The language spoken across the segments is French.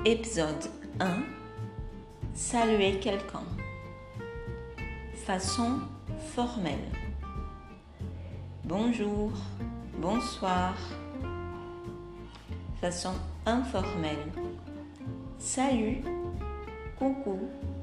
Épisode 1. Saluer quelqu'un. Façon formelle. Bonjour, bonsoir. Façon informelle. Salut, coucou.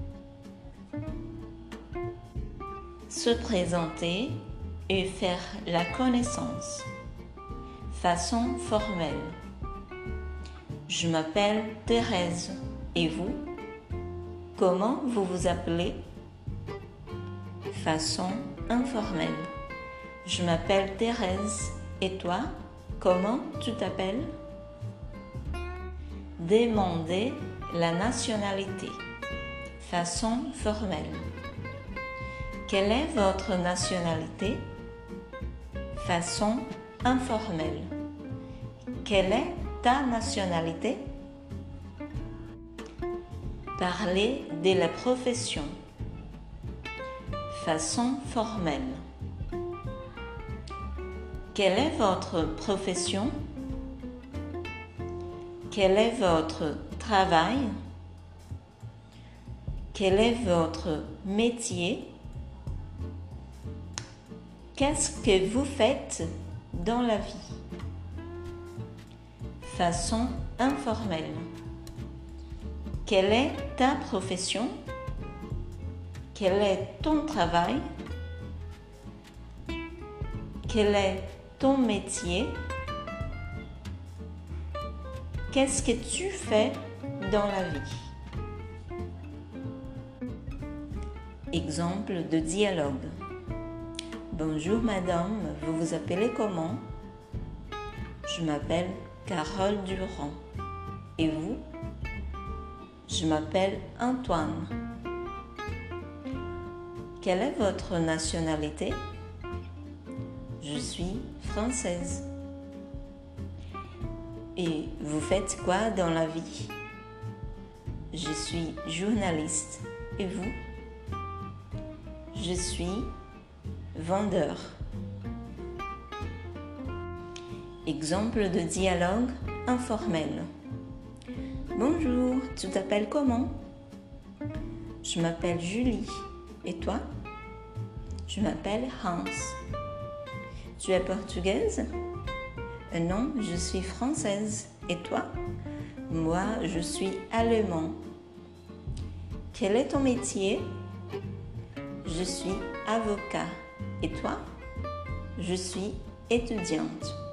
Se présenter et faire la connaissance. Façon formelle. Je m'appelle Thérèse. Et vous? Comment vous vous appelez? Façon informelle. Je m'appelle Thérèse. Et toi? Comment tu t'appelles? Demandez la nationalité. Façon formelle. Quelle est votre nationalité? Façon informelle. Quelle est ta nationalité? Parler de la profession. Façon formelle. Quelle est votre profession? Quel est votre travail? Quel est votre métier? Qu'est-ce que vous faites dans la vie? Façon informelle. Quelle est ta profession? Quel est ton travail? Quel est ton métier? Qu'est-ce que tu fais dans la vie? Exemple de dialogue. Bonjour madame, vous vous appelez comment? Je m'appelle Carole Durand. Et vous? Je m'appelle Antoine. Quelle est votre nationalité? Je suis française. Et vous faites quoi dans la vie? Je suis journaliste. Et vous? Je suis vendeur. Exemple de dialogue informel. Bonjour, tu t'appelles comment? Je m'appelle Julie. Et toi? Je m'appelle Hans. Tu es portugaise? Non, je suis française. Et toi? Moi, je suis allemand. Quel est ton métier? Je suis avocat. Et toi? Je suis étudiante.